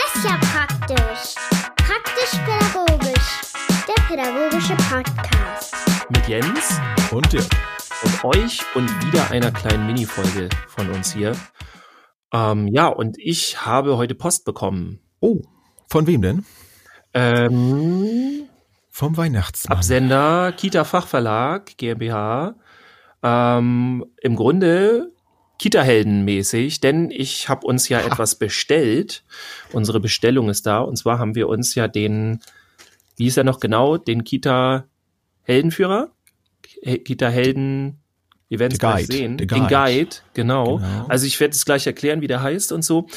Das ist ja praktisch. Praktisch-pädagogisch. Der pädagogische Podcast. Mit Jens und Dirk. Und euch und wieder einer kleinen Mini-Folge von uns hier. Und ich habe heute Post bekommen. Oh, von wem denn? Vom Weihnachtsmann. Absender Kita Fachverlag GmbH. Im Grunde Kita-Helden-mäßig, denn ich habe uns ja etwas bestellt. Unsere Bestellung ist da. Und zwar haben wir uns ja den, wie ist er noch genau, den Kita-Heldenführer? Kita-Helden Events sehen. Den Guide, genau. Also ich werde es gleich erklären, wie der heißt und so.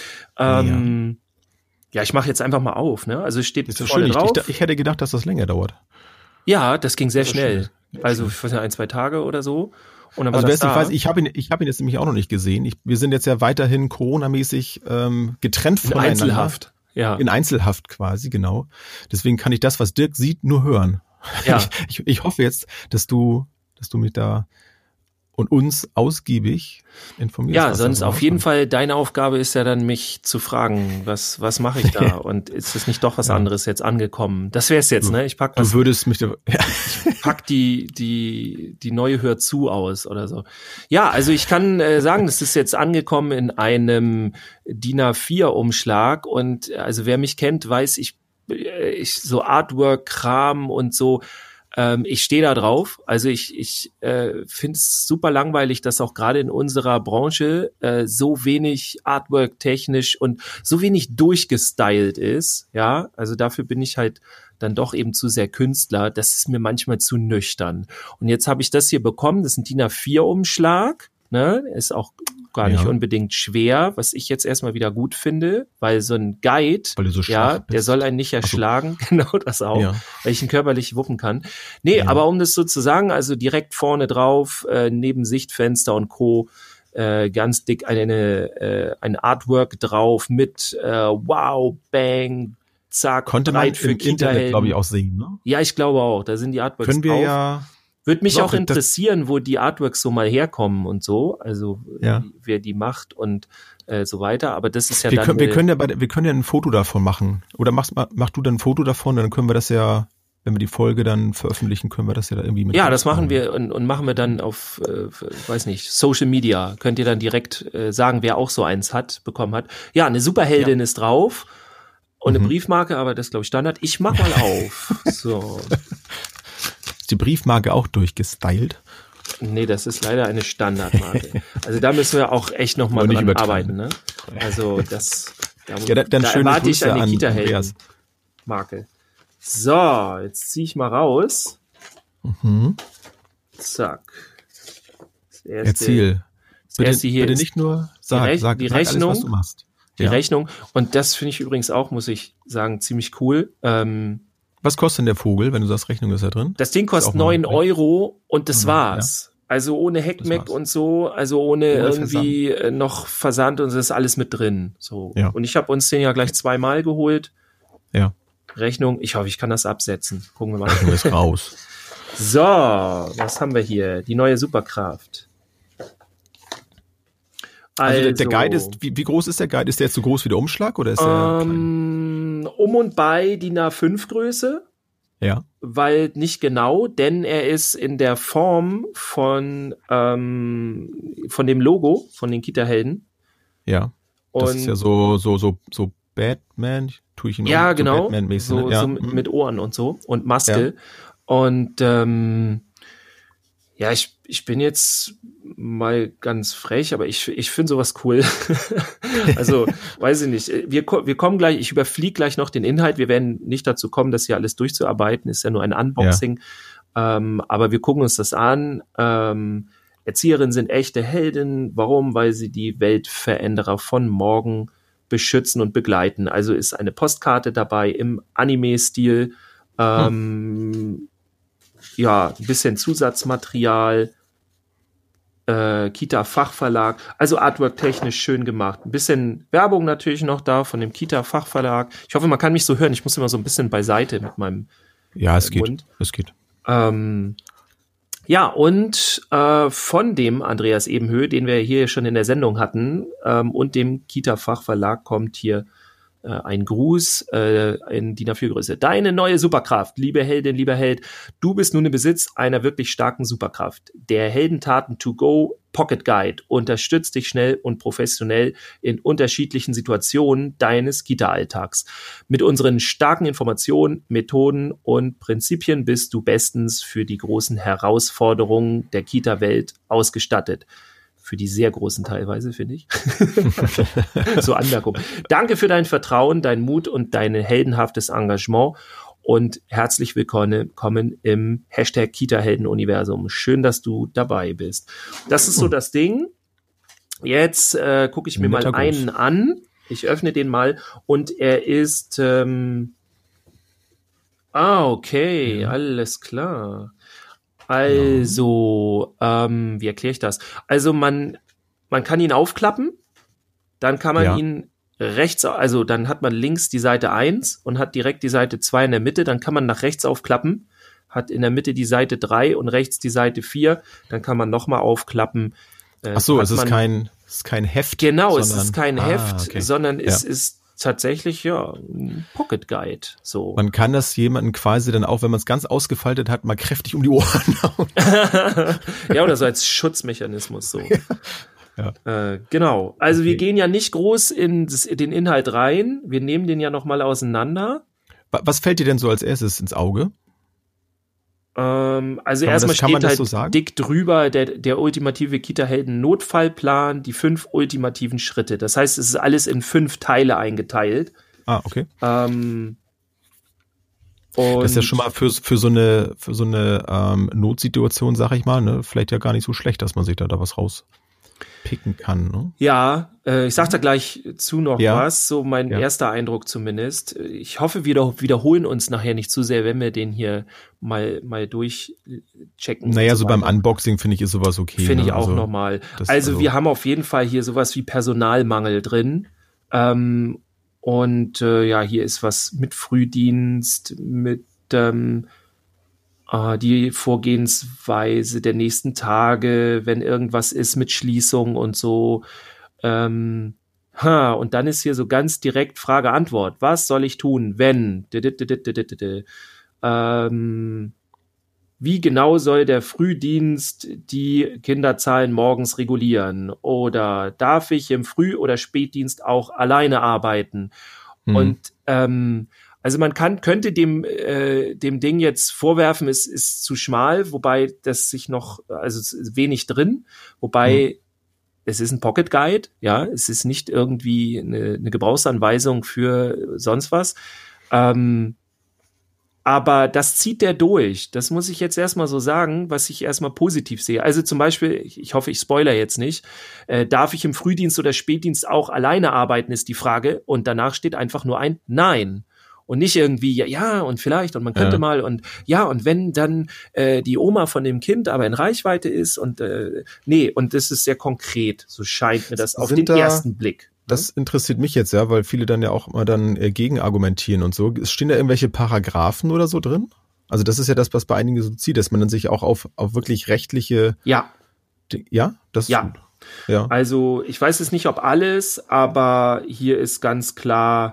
Ja, ich mache jetzt einfach mal auf. Ne? Also es steht ist vorne schön. drauf. Ich hätte gedacht, dass das länger dauert. Ja, das ging sehr schnell. Also ich weiß nicht, 1-2 Tage oder so. Und dann also war das wer es nicht weiß, ich hab ihn jetzt nämlich auch noch nicht gesehen. Wir sind jetzt ja weiterhin Corona-mäßig getrennt voneinander. In Einzelhaft. Ja. In Einzelhaft quasi, genau. Deswegen kann ich das, was Dirk sieht, nur hören. Ja. Ich hoffe jetzt, dass du mich da und uns ausgiebig informierst. Ja, sonst auf jeden Fall, deine Aufgabe ist ja dann, mich zu fragen, was mache ich da? Und ist es nicht doch was anderes jetzt angekommen? Das wäre es jetzt, ne? Ich pack was. Du würdest mich ich pack die neue Hör zu aus oder so. Ja, also ich kann sagen, das ist jetzt angekommen in einem DIN A4-Umschlag und also wer mich kennt, weiß, ich so Artwork-Kram und so, ich stehe da drauf. Also ich finde es super langweilig, dass auch gerade in unserer Branche so wenig Artwork technisch und so wenig durchgestylt ist. Ja, also dafür bin ich halt dann doch eben zu sehr Künstler. Das ist mir manchmal zu nüchtern. Und jetzt habe ich das hier bekommen. Das ist ein DIN A4-Umschlag. Ne, ist auch gar nicht unbedingt schwer, was ich jetzt erstmal wieder gut finde, weil so ein Guide, der soll einen nicht erschlagen, genau das auch, weil ich ihn körperlich wuppen kann. Nee, aber um das so zu sagen, also direkt vorne drauf, neben Sichtfenster und Co., ganz dick ein Artwork drauf mit wow, bang, zack, konnte man im Internet, glaube ich, auch sehen, ne? Ja, ich glaube auch, da sind die Artworks können wir drauf. Ja würde mich auch interessieren, wo die Artworks so mal herkommen und so, also wer die macht und so weiter, aber das ist ja wir können ja ein Foto davon machen, oder mach du dann ein Foto davon, dann können wir das ja, wenn wir die Folge dann veröffentlichen, können wir das ja da irgendwie mit. Ja, das machen wir und machen wir dann auf, weiß nicht, Social Media, könnt ihr dann direkt sagen, wer auch so eins bekommen hat. Ja, eine Superheldin ist drauf und eine Briefmarke, aber das ist, glaube ich, Standard. Ich mach mal auf, so. Die Briefmarke auch durchgestylt? Nee, das ist leider eine Standardmarke. Also da müssen wir auch echt nochmal dran arbeiten. Ne? Also da erwarte ich eine Kita-Helden-Marke. So, jetzt ziehe ich mal raus. Zack. Erzähl. Bitte nicht nur sag die Rechnung, alles, was du machst. Die Rechnung. Und das finde ich übrigens auch, muss ich sagen, ziemlich cool. Was kostet denn der Vogel, wenn du sagst, Rechnung ist da drin? Das Ding kostet 9 Euro und das war's. Ja. Also ohne Heckmeck und so, also ohne irgendwie Versand. Noch Versand und das ist alles mit drin. So. Ja. Und ich habe uns den ja gleich 2-mal geholt. Ja. Rechnung, ich hoffe, ich kann das absetzen. Gucken wir mal. Rechnung ist raus. So, was haben wir hier? Die neue Superkraft. Also der Guide ist, wie groß ist der Guide? Ist der jetzt so groß wie der Umschlag oder ist der klein? Um und bei DIN A5 Größe. Ja. Weil nicht genau, denn er ist in der Form von dem Logo von den Kita-Helden. Ja. Das ist ja so Batman, tue ich ihn ja, genau. So Batman-mäßig. So mit Ohren und so und Maske. Ja. Und ich bin jetzt mal ganz frech, aber ich finde sowas cool. Also, weiß ich nicht. Wir kommen gleich, ich überfliege gleich noch den Inhalt. Wir werden nicht dazu kommen, das hier alles durchzuarbeiten. Ist ja nur ein Unboxing. Ja. Aber wir gucken uns das an. Erzieherinnen sind echte Helden. Warum? Weil sie die Weltveränderer von morgen beschützen und begleiten. Also ist eine Postkarte dabei im Anime-Stil. Ja, ein bisschen Zusatzmaterial, Kita-Fachverlag, also Artwork-technisch schön gemacht. Ein bisschen Werbung natürlich noch da von dem Kita-Fachverlag. Ich hoffe, man kann mich so hören. Ich muss immer so ein bisschen beiseite mit meinem Mund. Es geht. Ja, und von dem Andreas Ebenhö, den wir hier schon in der Sendung hatten, und dem Kita-Fachverlag kommt hier ein Gruß in DIN A4-Größe. Deine neue Superkraft, liebe Heldin, lieber Held, du bist nun im Besitz einer wirklich starken Superkraft. Der Heldentaten to go Pocket Guide unterstützt dich schnell und professionell in unterschiedlichen Situationen deines Kita-Alltags. Mit unseren starken Informationen, Methoden und Prinzipien bist du bestens für die großen Herausforderungen der Kita-Welt ausgestattet. Für die sehr großen teilweise, finde ich. So Anmerkung. Danke für dein Vertrauen, dein Mut und dein heldenhaftes Engagement und herzlich willkommen im Hashtag Kita-Helden-Universum. Schön, dass du dabei bist. Das ist so das Ding. Jetzt gucke ich mir mal einen an. Ich öffne den mal und er ist okay, alles klar. Also, wie erkläre ich das? Also man kann ihn aufklappen, dann kann man ihn rechts, also dann hat man links die Seite 1 und hat direkt die Seite 2 in der Mitte, dann kann man nach rechts aufklappen, hat in der Mitte die Seite 3 und rechts die Seite 4, dann kann man nochmal aufklappen. Ach so, es ist kein Heft. Genau, es ist kein Heft, sondern es ist tatsächlich, ein Pocket Guide, so. Man kann das jemanden quasi dann auch, wenn man es ganz ausgefaltet hat, mal kräftig um die Ohren hauen. Ja, oder so als Schutzmechanismus, so. Ja. Genau. Also wir gehen ja nicht groß in den Inhalt rein. Wir nehmen den ja nochmal auseinander. Was fällt dir denn so als erstes ins Auge? Also erstmal steht halt so dick drüber der ultimative Kita-Helden-Notfallplan, die 5 ultimativen Schritte. Das heißt, es ist alles in 5 Teile eingeteilt. Ah, okay. Und das ist ja schon mal für so eine Notsituation, sag ich mal, ne, vielleicht ja gar nicht so schlecht, dass man sich da was rauspicken kann, ne? Ja, ich sag da gleich zu noch was, so mein erster Eindruck zumindest. Ich hoffe, wir wiederholen uns nachher nicht zu sehr, wenn wir den hier mal durchchecken. Naja, so beim Unboxing finde ich ist sowas okay. Finde ich auch normal. Also wir haben auf jeden Fall hier sowas wie Personalmangel drin. Und hier ist was mit Frühdienst, mit die Vorgehensweise der nächsten Tage, wenn irgendwas ist mit Schließung und so. Und dann ist hier so ganz direkt Frage-Antwort. Was soll ich tun, wenn? Wie genau soll der Frühdienst die Kinderzahlen morgens regulieren? Oder darf ich im Früh- oder Spätdienst auch alleine arbeiten? Und also man könnte dem Ding jetzt vorwerfen, es ist zu schmal, wobei das sich noch, also es ist wenig drin, wobei es ist ein Pocket Guide, ja, es ist nicht irgendwie eine Gebrauchsanweisung für sonst was. Aber das zieht der durch. Das muss ich jetzt erstmal so sagen, was ich erstmal positiv sehe. Also zum Beispiel, ich hoffe, ich spoiler jetzt nicht, darf ich im Frühdienst oder Spätdienst auch alleine arbeiten, ist die Frage. Und danach steht einfach nur ein Nein. Und nicht irgendwie, ja, und vielleicht, und man könnte mal, und ja, und wenn dann die Oma von dem Kind aber in Reichweite ist und nee, und das ist sehr konkret, so scheint mir das auf den ersten Blick. Das interessiert mich jetzt weil viele dann ja auch immer dann gegen argumentieren und so. Stehen da irgendwelche Paragraphen oder so drin? Also das ist ja das, was bei einigen so zieht, dass man dann sich auch auf wirklich rechtliche... Ja. Das ist gut. Ja. Also ich weiß jetzt nicht, ob alles, aber hier ist ganz klar...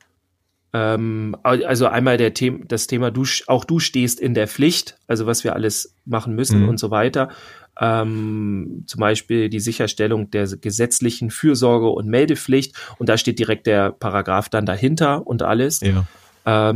Also einmal das Thema, auch du stehst in der Pflicht, also was wir alles machen müssen und so weiter. Zum Beispiel die Sicherstellung der gesetzlichen Fürsorge und Meldepflicht. Und da steht direkt der Paragraph dann dahinter und alles. Ja.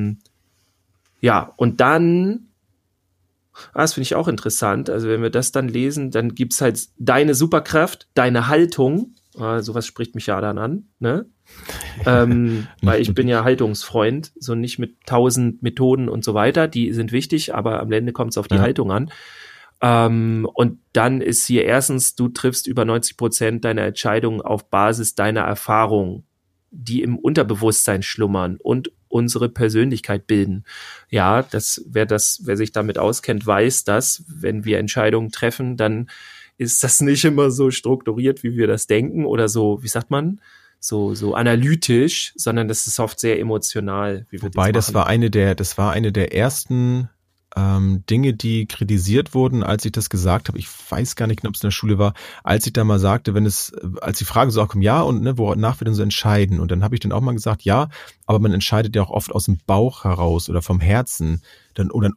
Und dann, das finde ich auch interessant. Also wenn wir das dann lesen, dann gibt's halt deine Superkraft, deine Haltung. Sowas spricht mich ja dann an, ne? Weil ich bin ja Haltungsfreund, so nicht mit 1000 Methoden und so weiter, die sind wichtig, aber am Ende kommt es auf die Haltung an. Und dann ist hier erstens, du triffst über 90% deiner Entscheidungen auf Basis deiner Erfahrung, die im Unterbewusstsein schlummern und unsere Persönlichkeit bilden. Ja, wer sich damit auskennt, weiß, dass, wenn wir Entscheidungen treffen, dann ist das nicht immer so strukturiert, wie wir das denken oder so, wie sagt man, so analytisch, sondern das ist oft sehr emotional, wie wir das machen. Das war eine der ersten Dinge, die kritisiert wurden, als ich das gesagt habe. Ich weiß gar nicht, ob es in der Schule war, als ich da mal sagte, als die Frage so auch kommt, ja, und ne, wonach wir denn so entscheiden? Und dann habe ich dann auch mal gesagt, ja, aber man entscheidet ja auch oft aus dem Bauch heraus oder vom Herzen. Dann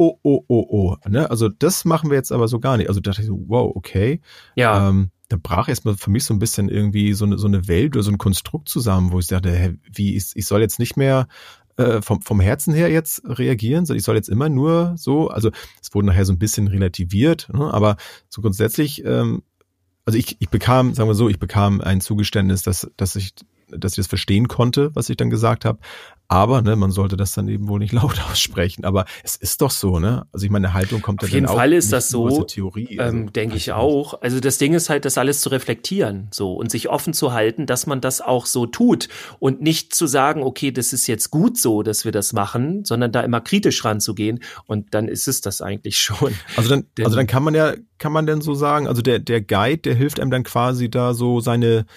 ne? Also das machen wir jetzt aber so gar nicht. Also dachte ich so, wow, okay. Ja. Da brach erstmal für mich so ein bisschen irgendwie so eine Welt oder so ein Konstrukt zusammen, wo ich dachte, ich soll jetzt nicht mehr vom Herzen her jetzt reagieren, sondern ich soll jetzt immer nur so, also es wurde nachher so ein bisschen relativiert, ne, aber so grundsätzlich, also ich bekam, sagen wir so, ich bekam ein Zugeständnis, dass ich das verstehen konnte, was ich dann gesagt habe. Aber ne, man sollte das dann eben wohl nicht laut aussprechen. Aber es ist doch so, ne? Also ich meine, Haltung kommt ja dann auch. Auf jeden Fall ist das so, Theorie. denke ich auch. Also das Ding ist halt, das alles zu reflektieren so und sich offen zu halten, dass man das auch so tut und nicht zu sagen, okay, das ist jetzt gut so, dass wir das machen, sondern da immer kritisch ranzugehen und dann ist es das eigentlich schon. Also dann kann man denn so sagen, also der Guide, der hilft einem dann quasi da so seine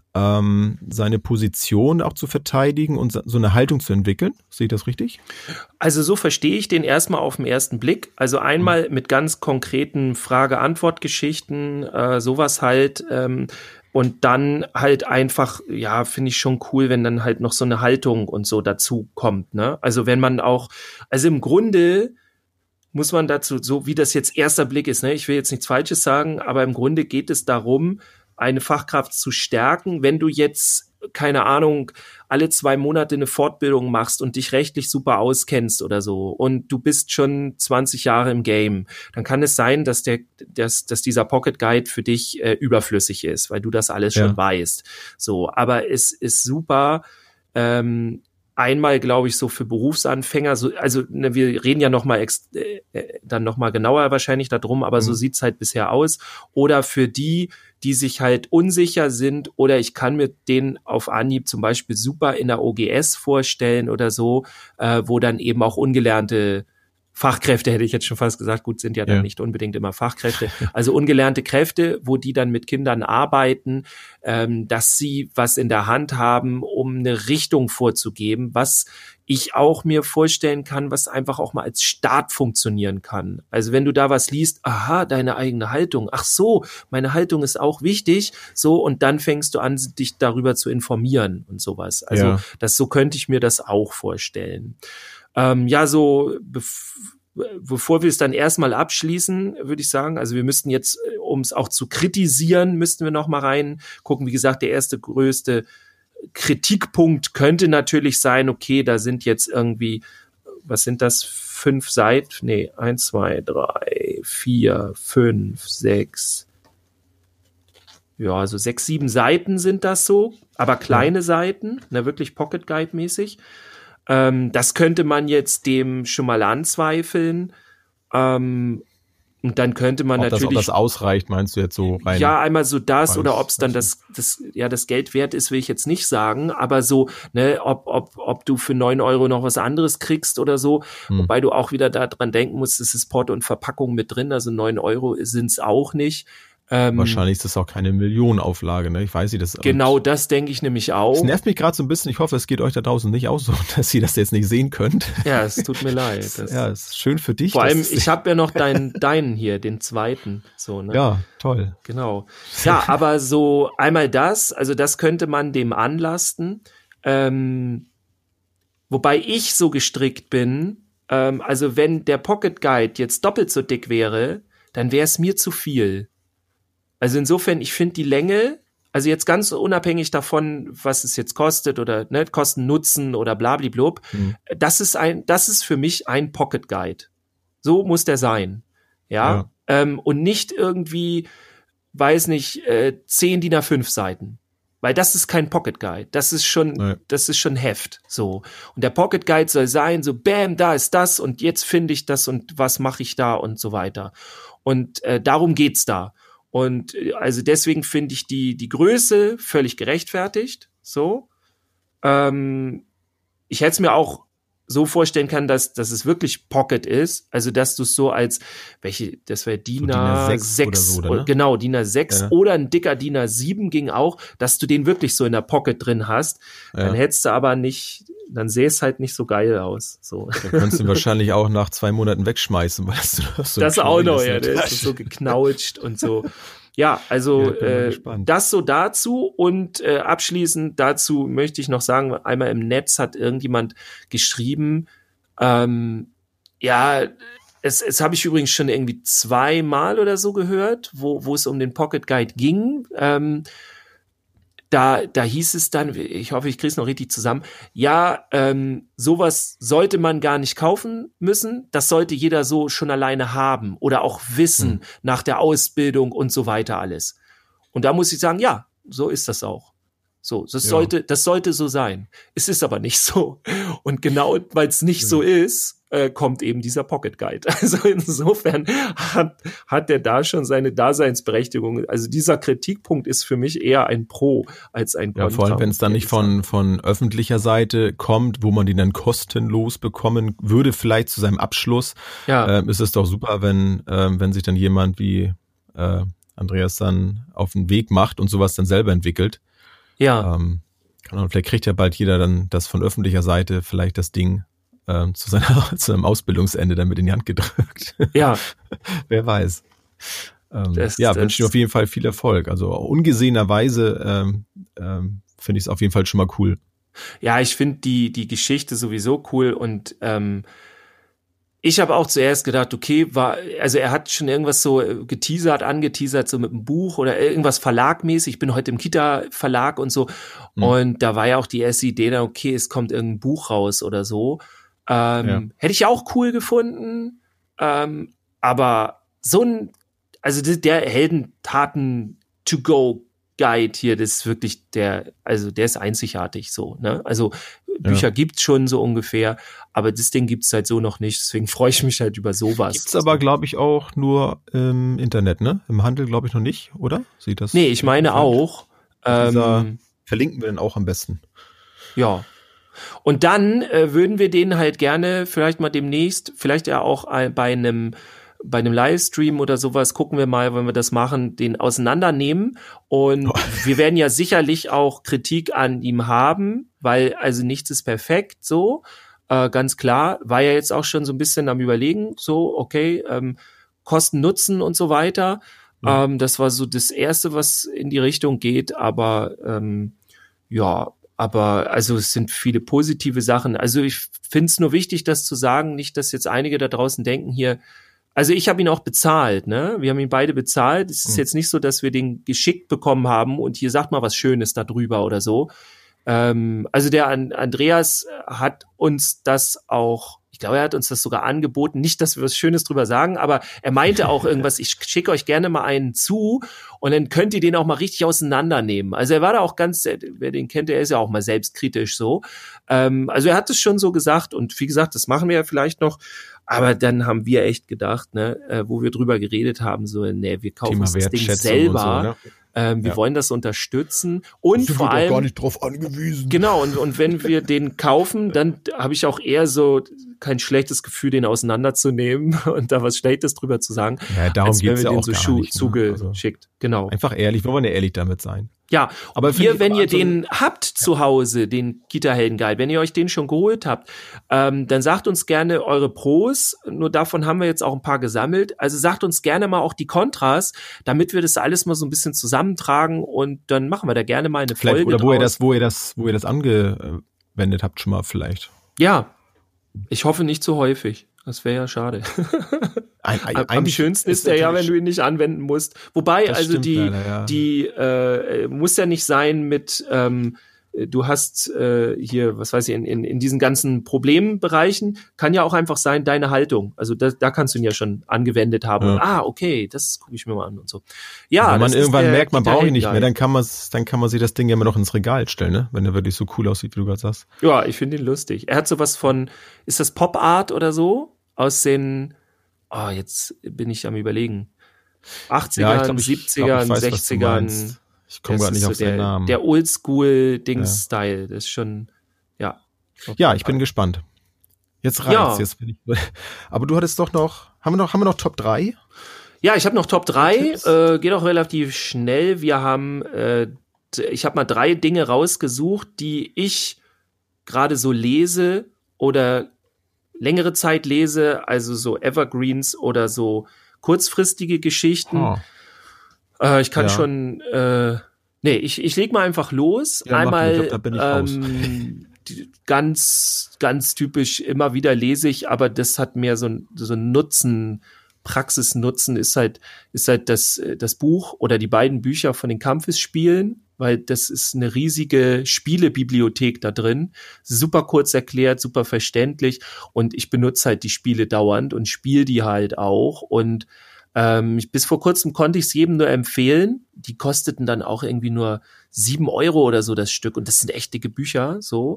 Position auch zu verteidigen und so eine Haltung zu entwickeln. Sehe ich das richtig? Also so verstehe ich den erstmal auf den ersten Blick. Also einmal mit ganz konkreten Frage-Antwort-Geschichten, sowas halt. Und dann halt einfach, ja, finde ich schon cool, wenn dann halt noch so eine Haltung und so dazu kommt, ne? Also wenn man auch, also im Grunde muss man dazu, so wie das jetzt erster Blick ist, ne? Ich will jetzt nichts Falsches sagen, aber im Grunde geht es darum, eine Fachkraft zu stärken, wenn du jetzt, keine Ahnung, alle 2 Monate eine Fortbildung machst und dich rechtlich super auskennst oder so und du bist schon 20 Jahre im Game, dann kann es sein, dass dieser Pocket Guide für dich überflüssig ist, weil du das alles schon weißt. So, aber es ist super, einmal, glaube ich, so für Berufsanfänger, so, also ne, wir reden ja dann noch mal genauer wahrscheinlich darum, aber so sieht's halt bisher aus. Oder für die sich halt unsicher sind, oder ich kann mir den auf Anhieb zum Beispiel super in der OGS vorstellen oder so, wo dann eben auch ungelernte Fachkräfte, hätte ich jetzt schon fast gesagt, gut, sind ja dann nicht unbedingt immer Fachkräfte, also ungelernte Kräfte, wo die dann mit Kindern arbeiten, dass sie was in der Hand haben, um eine Richtung vorzugeben, was ich auch mir vorstellen kann, was einfach auch mal als Start funktionieren kann. Also wenn du da was liest, aha, deine eigene Haltung, ach so, meine Haltung ist auch wichtig, so, und dann fängst du an, dich darüber zu informieren und sowas. Also so könnte ich mir das auch vorstellen. So, bevor wir es dann erstmal abschließen, würde ich sagen, also wir müssten jetzt, um es auch zu kritisieren, müssten wir noch mal reingucken. Wie gesagt, der erste größte Kritikpunkt könnte natürlich sein, okay, da sind jetzt irgendwie, was sind das, 5 Seiten? Nee, 1, 2, 3, 4, 5, 6, ja, also 6, 7 Seiten sind das so, aber kleine Seiten, ne, wirklich Pocket Guide mäßig. Das könnte man jetzt dem schon mal anzweifeln. Und dann könnte man natürlich. Ob das ausreicht, meinst du jetzt so rein? Ja, einmal so das, oder ob es dann das Geld wert ist, will ich jetzt nicht sagen. Aber so, ne, ob du für 9 Euro noch was anderes kriegst oder so. Wobei du auch wieder daran denken musst, es ist Porto und Verpackung mit drin. Also 9 Euro sind's auch nicht. Wahrscheinlich ist das auch keine Millionenauflage, ne? Ich weiß nicht, das. Genau, das denke ich nämlich auch. Es nervt mich gerade so ein bisschen. Ich hoffe, es geht euch da draußen nicht auch so, dass ihr das jetzt nicht sehen könnt. Ja, es tut mir leid. Es ist schön für dich. Vor allem, ich habe ja noch deinen hier, den zweiten. So, ne? Ja, toll. Genau. Ja, aber so einmal das, also das könnte man dem anlasten. Wobei ich so gestrickt bin, also wenn der Pocket Guide jetzt doppelt so dick wäre, dann wäre es mir zu viel. Also insofern, ich finde die Länge, also jetzt ganz unabhängig davon, was es jetzt kostet oder ne, Kosten, Nutzen oder blablablub, das ist für mich ein Pocket Guide. So muss der sein. Ja. Und nicht irgendwie, weiß nicht, 10 DIN A5 Seiten. Weil das ist kein Pocket Guide. Das ist schon Heft. So. Und der Pocket Guide soll sein, so bam, da ist das und jetzt finde ich das und was mache ich da und so weiter. Und darum geht's da. Und also deswegen finde ich die Größe völlig gerechtfertigt. So. Ich hätte es mir auch so vorstellen können, dass es wirklich Pocket ist. Also dass du es so als, das wäre DIN A6 oder so, oder, ne? Genau, DIN A6 oder ein dicker DIN A7 ging auch, dass du den wirklich so in der Pocket drin hast. Dann hättest du aber nicht dann sähe es halt nicht so geil aus. So. Dann könntest du ihn wahrscheinlich auch nach 2 Monaten wegschmeißen, weil so das auch noch, ja, der ist so geknautscht und so. Ja, also das so dazu und abschließend dazu möchte ich noch sagen, einmal im Netz hat irgendjemand geschrieben, es habe ich übrigens schon irgendwie 2-mal oder so gehört, wo es um den Pocket Guide ging. Da hieß es dann, ich hoffe, ich kriege es noch richtig zusammen, ja, sowas sollte man gar nicht kaufen müssen, das sollte jeder so schon alleine haben oder auch wissen nach der Ausbildung und so weiter alles. Und da muss ich sagen, ja, so ist das auch. So, das sollte so sein. Es ist aber nicht so. Und genau, weil es nicht so ist, kommt eben dieser Pocket Guide. Also insofern hat der da schon seine Daseinsberechtigung. Also dieser Kritikpunkt ist für mich eher ein Pro als ein Kontra. Ja, vor allem, wenn es dann nicht von öffentlicher Seite kommt, wo man den dann kostenlos bekommen würde, vielleicht zu seinem Abschluss, ist es doch super, wenn sich dann jemand wie Andreas dann auf den Weg macht und sowas dann selber entwickelt. Ja. Vielleicht kriegt ja bald jeder dann das von öffentlicher Seite vielleicht das Ding zu seinem Ausbildungsende dann mit in die Hand gedrückt. Ja. Wer weiß. Wünsche ich auf jeden Fall viel Erfolg. Also ungesehenerweise finde ich es auf jeden Fall schon mal cool. Ja, ich finde die Geschichte sowieso cool und ich habe auch zuerst gedacht, okay, also er hat schon irgendwas so angeteasert, so mit einem Buch oder irgendwas verlagmäßig. Ich bin heute im Kita-Verlag und so. Und da war ja auch die erste Idee dann, okay, es kommt irgendein Buch raus oder so. Hätte ich auch cool gefunden. Aber also der Heldentaten-to-go-Guide hier, das ist wirklich der ist einzigartig so, ne? Also Bücher gibt's schon so ungefähr, aber das Ding gibt's halt so noch nicht, deswegen freue ich mich halt über sowas. Gibt's aber, glaube ich, auch nur im Internet, ne? Im Handel, glaube ich, noch nicht, oder? Sieht das? Nee, ich meine auch. Verlinken wir den auch am besten. Ja. Und dann würden wir den halt gerne vielleicht mal demnächst, vielleicht ja auch bei einem Livestream oder sowas, gucken wir mal, wenn wir das machen, den auseinandernehmen. Und wir werden ja sicherlich auch Kritik an ihm haben, weil also nichts ist perfekt, so. Ganz klar, war ja jetzt auch schon so ein bisschen am Überlegen, so, okay, Kosten, Nutzen und so weiter. Das war so das Erste, was in die Richtung geht, aber also es sind viele positive Sachen. Also ich finde es nur wichtig, das zu sagen, nicht, dass jetzt einige da draußen denken hier, also ich habe ihn auch bezahlt, ne? Wir haben ihn beide bezahlt. Es ist jetzt nicht so, dass wir den geschickt bekommen haben und hier sagt mal was Schönes da drüber oder so. Also der Andreas hat uns das auch, ich glaube, er hat uns das sogar angeboten. Nicht, dass wir was Schönes drüber sagen, aber er meinte auch irgendwas, ich schicke euch gerne mal einen zu und dann könnt ihr den auch mal richtig auseinandernehmen. Also er war da auch wer den kennt, der ist ja auch mal selbstkritisch so. Also er hat es schon so gesagt und wie gesagt, das machen wir ja vielleicht noch. Aber dann haben wir echt gedacht, ne, wo wir drüber geredet haben, so, ne, wir kaufen uns das Ding selber. Und so, ne? Wir wollen das unterstützen und vor allem gar nicht drauf angewiesen. Genau, und wenn wir den kaufen, dann habe ich auch eher so kein schlechtes Gefühl, den auseinanderzunehmen und da was Schlechtes drüber zu sagen. Ja, darum geht's ja auch gar nicht, zugeschickt. Genau. Einfach ehrlich, wir wollen ja ehrlich damit sein. Ja, aber wenn ihr den habt zu Hause, den Kita-Helden-Guide, wenn ihr euch den schon geholt habt, dann sagt uns gerne eure Pros, nur davon haben wir jetzt auch ein paar gesammelt, also sagt uns gerne mal auch die Kontras, damit wir das alles mal so ein bisschen zusammentragen und dann machen wir da gerne mal eine Folge oder wo ihr das angewendet habt schon mal vielleicht. Ja, ich hoffe nicht zu häufig. Das wäre ja schade. Am schönsten ist der ja, wenn du ihn nicht anwenden musst. Wobei, also die muss ja nicht sein mit, du hast hier, was weiß ich, in diesen ganzen Problembereichen, kann ja auch einfach sein, deine Haltung. Also da kannst du ihn ja schon angewendet haben. Ja. Und, okay, das gucke ich mir mal an und so. Ja, wenn man irgendwann merkt, man braucht ihn nicht mehr, dann kann man sich das Ding ja immer noch ins Regal stellen, ne? Wenn er wirklich so cool aussieht, wie du gerade sagst. Ja, ich finde ihn lustig. Er hat sowas von, ist das Pop Art oder so? Aus den, jetzt bin ich am Überlegen, 80ern, 70ern, 60ern. Ich komme gerade nicht auf seinen Namen. Der Oldschool-Dings-Style, das ist schon, ja. Ja, ich bin gespannt. Jetzt reicht's. Jetzt bin ich, aber du hattest doch noch, haben wir noch Top 3? Ja, ich habe noch Top 3, geht auch relativ schnell. Ich habe mal 3 Dinge rausgesucht, die ich gerade so lese oder längere Zeit lese, also so Evergreens oder so kurzfristige Geschichten. Ich kann schon, ich leg mal einfach los. Ja, einmal, ich glaub, da bin ich raus. Ganz, ganz typisch, immer wieder lese ich, aber das hat mehr so ein Nutzen, Praxisnutzen ist halt das Buch oder die beiden Bücher von den Kampfesspielen, weil das ist eine riesige Spielebibliothek da drin. Super kurz erklärt, super verständlich und ich benutze halt die Spiele dauernd und spiele die halt auch und bis vor kurzem konnte ich es jedem nur empfehlen. Die kosteten dann auch irgendwie nur 7 € oder so das Stück und das sind echt dicke Bücher, so.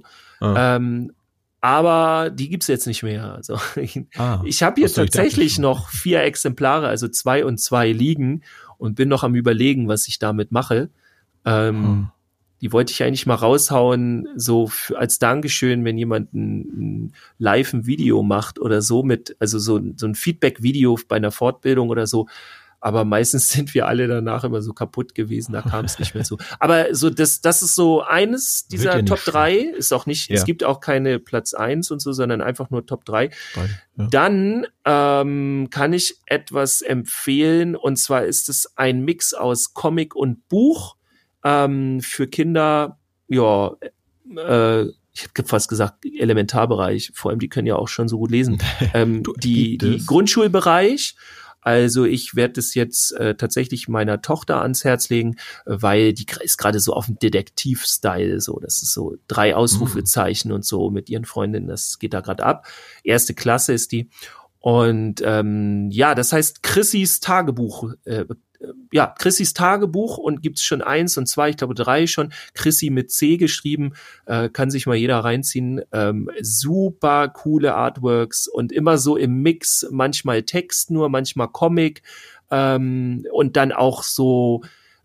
Aber die gibt's jetzt nicht mehr. Also ich habe hier tatsächlich noch 4 Exemplare, also 2 und 2 liegen und bin noch am Überlegen, was ich damit mache. Die wollte ich eigentlich mal raushauen, so als Dankeschön, wenn jemand ein Video macht oder so also so ein Feedback-Video bei einer Fortbildung oder so. Aber meistens sind wir alle danach immer so kaputt gewesen, da kam es nicht mehr so. Aber so das ist so eines dieser Top 3, ist auch nicht, es gibt auch keine Platz 1 und so, sondern einfach nur Top 3. Ja. Dann kann ich etwas empfehlen und zwar ist es ein Mix aus Comic und Buch für Kinder, ich habe fast gesagt Elementarbereich, vor allem die können ja auch schon so gut lesen. Die Grundschulbereich. Also ich werde das jetzt tatsächlich meiner Tochter ans Herz legen, weil die ist gerade so auf dem Detektiv-Style, so das ist so 3 Ausrufezeichen und so mit ihren Freundinnen, das geht da gerade ab. 1. Klasse ist die. Und das heißt Chrissys Tagebuch. Chrissys Tagebuch und gibt's schon 1 und 2, ich glaube 3 schon. Chrissy mit C geschrieben, kann sich mal jeder reinziehen. Super coole Artworks und immer so im Mix, manchmal Text nur, manchmal Comic und dann auch so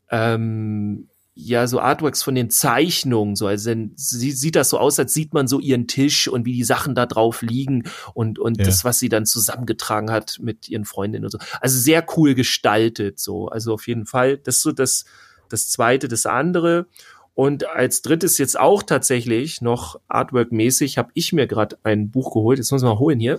so Artworks von den Zeichnungen, so, also sie sieht das so aus, als sieht man so ihren Tisch und wie die Sachen da drauf liegen und das, was sie dann zusammengetragen hat mit ihren Freundinnen und so. Also sehr cool gestaltet, so. Also auf jeden Fall. Das ist so das Zweite, das andere. Und als drittes jetzt auch tatsächlich noch Artwork-mäßig habe ich mir gerade ein Buch geholt. Jetzt muss man mal holen hier.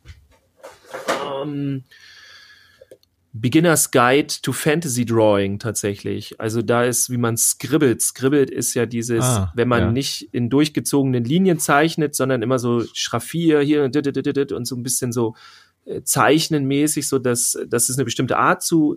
Beginner's Guide to Fantasy Drawing tatsächlich. Also da ist, wie man scribbelt. Scribbelt ist ja dieses, wenn man nicht in durchgezogenen Linien zeichnet, sondern immer so Schraffier hier und so ein bisschen so zeichnenmäßig, so dass das ist eine bestimmte Art zu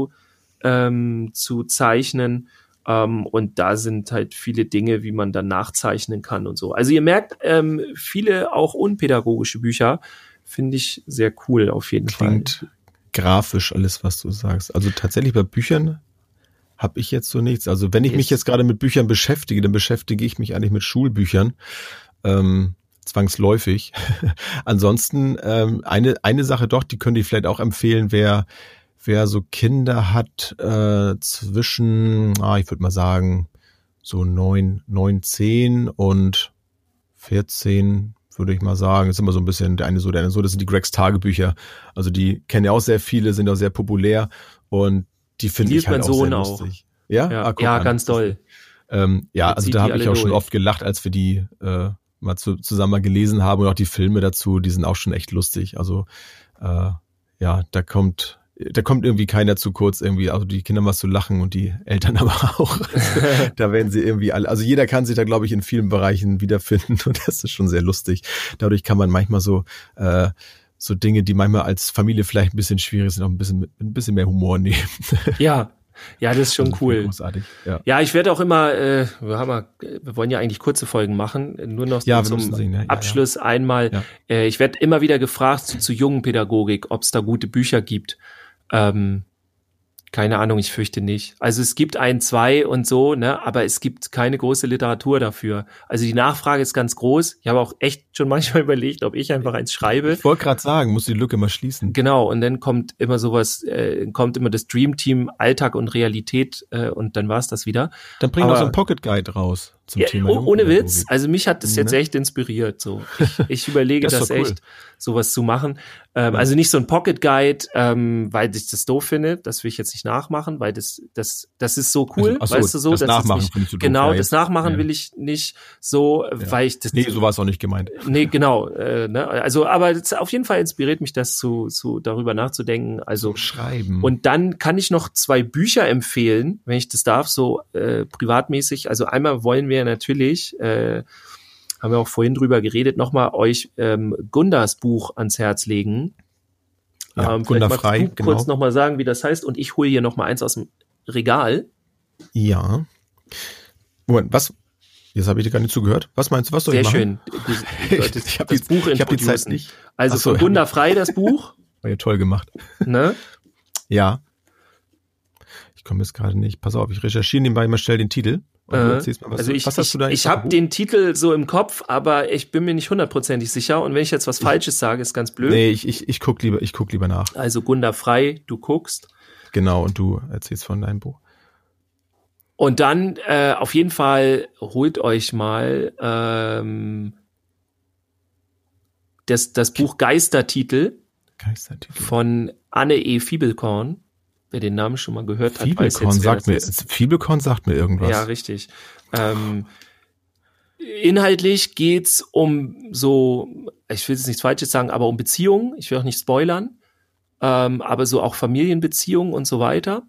zeichnen. Und da sind halt viele Dinge, wie man dann nachzeichnen kann und so. Also ihr merkt, viele auch unpädagogische Bücher finde ich sehr cool auf jeden Fall. Grafisch alles, was du sagst. Also tatsächlich bei Büchern habe ich jetzt so nichts. Also wenn ich mich jetzt gerade mit Büchern beschäftige, dann beschäftige ich mich eigentlich mit Schulbüchern, zwangsläufig. Ansonsten eine Sache doch, die könnte ich vielleicht auch empfehlen, wer so Kinder hat zwischen, ich würde mal sagen, so 9, 10 und 14, würde ich mal sagen. Das ist immer so ein bisschen der eine so. Das sind die Gregs Tagebücher. Also die kennen ja auch sehr viele, sind auch sehr populär und die finde ich halt auch sehr lustig. Ja, ganz toll. Also da habe ich auch schon oft gelacht, als wir die mal zusammen mal gelesen haben und auch die Filme dazu, die sind auch schon echt lustig. Also da kommt irgendwie keiner zu kurz irgendwie, also die Kinder mal zu lachen und die Eltern aber auch. Da werden sie irgendwie alle, also jeder kann sich da, glaube ich, in vielen Bereichen wiederfinden und das ist schon sehr lustig. Dadurch kann man manchmal so Dinge, die manchmal als Familie vielleicht ein bisschen schwierig sind, auch ein bisschen mehr Humor nehmen. Ja, das ist schon cool. Großartig. Ja, ich werde auch immer, wir wollen ja eigentlich kurze Folgen machen, nur noch zum Abschluss einmal. Ja. Ich werde immer wieder gefragt zu jungen Pädagogik, ob es da gute Bücher gibt. Keine Ahnung, ich fürchte nicht. Also es gibt 1, 2 und so, ne, aber es gibt keine große Literatur dafür. Also die Nachfrage ist ganz groß. Ich habe auch echt schon manchmal überlegt, ob ich einfach eins schreibe. Ich wollte gerade sagen, muss die Lücke mal schließen. Genau, und dann kommt immer kommt immer das Dream Team, Alltag und Realität und dann war's das wieder. Dann bring doch so einen Pocket Guide raus. zum Thema ohne Jugendpädagogik. Witz, also mich hat das jetzt echt inspiriert. So, ich überlege Das ist das doch cool. echt, sowas zu machen. Also nicht so ein Pocket Guide, weil ich das doof finde. Das will ich jetzt nicht nachmachen, weil das ist so cool, Ach so, weißt du so. das Nachmachen ist findest du doof, genau, ja, das jetzt. Nachmachen Ja. will ich nicht so, weil ich das. Nee, so war es auch nicht gemeint. Nee, genau. Ne? Also, aber auf jeden Fall inspiriert mich das zu darüber nachzudenken. Also Schreiben. und dann kann ich noch 2 Bücher empfehlen, wenn ich das darf, so privatmäßig. Also einmal wollen wir natürlich, haben wir auch vorhin drüber geredet, nochmal euch Gundas Buch ans Herz legen. Ja, Vielleicht Gunda magst Frei, du genau. kurz nochmal sagen, wie das heißt. Und ich hole hier nochmal eins aus dem Regal. Ja. Moment, was? Jetzt habe ich dir gar nicht zugehört. Was meinst du, was soll Sehr ich machen? schön. Du solltest Ich hab das die- Buch ich hab die Zeit introducen. nicht. Also Ach so, von Gunda Frei das Buch. War ja toll gemacht. Ne? Ja. Ich komme jetzt gerade nicht. Pass auf, ich recherchiere nebenbei mal schnell den Titel. Und du erzählst mal, Also was hast du da? ich habe den Titel so im Kopf, aber ich bin mir nicht 100% sicher. Und wenn ich jetzt was Falsches sage, ist ganz blöd. Nee, ich guck lieber nach. Also Gunda Frei, du guckst. Genau, und du erzählst von deinem Buch. Und dann auf jeden Fall holt euch mal das Buch Geistertitel Geistertitel. von Anne E. Fiebelkorn. Wer den Namen schon mal gehört hat, weiß Fiebelkorn jetzt, wer sagt mir, das ist. Fiebelkorn sagt mir irgendwas. Ja, richtig. Inhaltlich geht's um so, ich will jetzt nichts Falsches sagen, aber um Beziehungen. Ich will auch nicht spoilern. Aber so auch Familienbeziehungen und so weiter.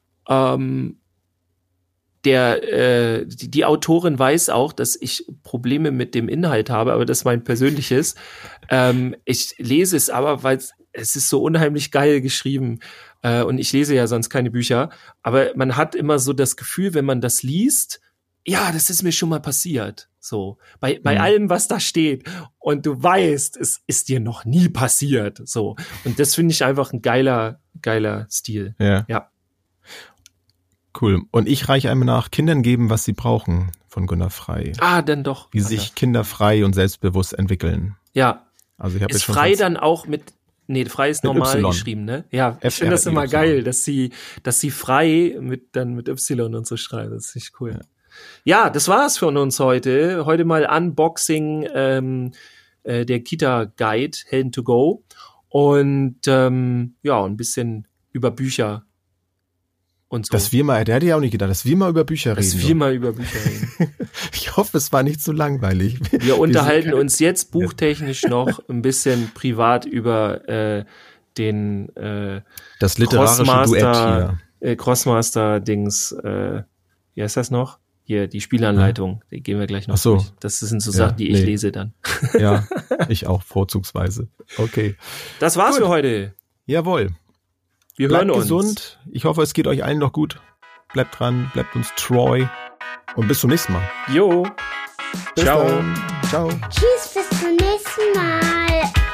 Die Autorin weiß auch, dass ich Probleme mit dem Inhalt habe, aber das ist mein persönliches. Ich lese es aber, weil es ist so unheimlich geil geschrieben. Und ich lese ja sonst keine Bücher. Aber man hat immer so das Gefühl, wenn man das liest, ja, das ist mir schon mal passiert. So, bei allem, was da steht. Und du weißt, es ist dir noch nie passiert. So. Und das finde ich einfach ein geiler Stil. Ja. Cool. Und ich reiche einmal nach Kindern geben, was sie brauchen, von Gunda Frei. Ah, dann doch. Wie sich Kinder frei und selbstbewusst entwickeln. Ja. Also ich habe Ist jetzt schon frei dann auch mit, nee, frei ist mit normal Y. geschrieben, ne? Ja, ich finde das immer F-R-I-Y. geil, dass sie frei mit Y und so schreiben. Das ist echt cool. Ja, das war's von uns heute. Heute mal Unboxing der Kita Guide, Helden to Go. Und ja, ein bisschen über Bücher und so. der hätte ja auch nicht gedacht, dass wir mal über Bücher reden. Dass wir mal über Bücher reden. Ich hoffe, es war nicht so langweilig. Wir unterhalten uns jetzt buchtechnisch noch ein bisschen privat über den das literarische Duett hier. Crossmaster-Dings, wie heißt das noch? Hier, die Spielanleitung, die gehen wir gleich noch Ach so. durch. Das sind so Sachen, die ich lese dann. Ja, ich auch vorzugsweise. Okay. Das war's für heute. Jawohl. Wir Bleibt hören uns. gesund. Ich hoffe, es geht euch allen noch gut. Bleibt dran, bleibt uns treu. Und bis zum nächsten Mal. Jo. Bis Ciao. dann. Ciao. Tschüss, bis zum nächsten Mal.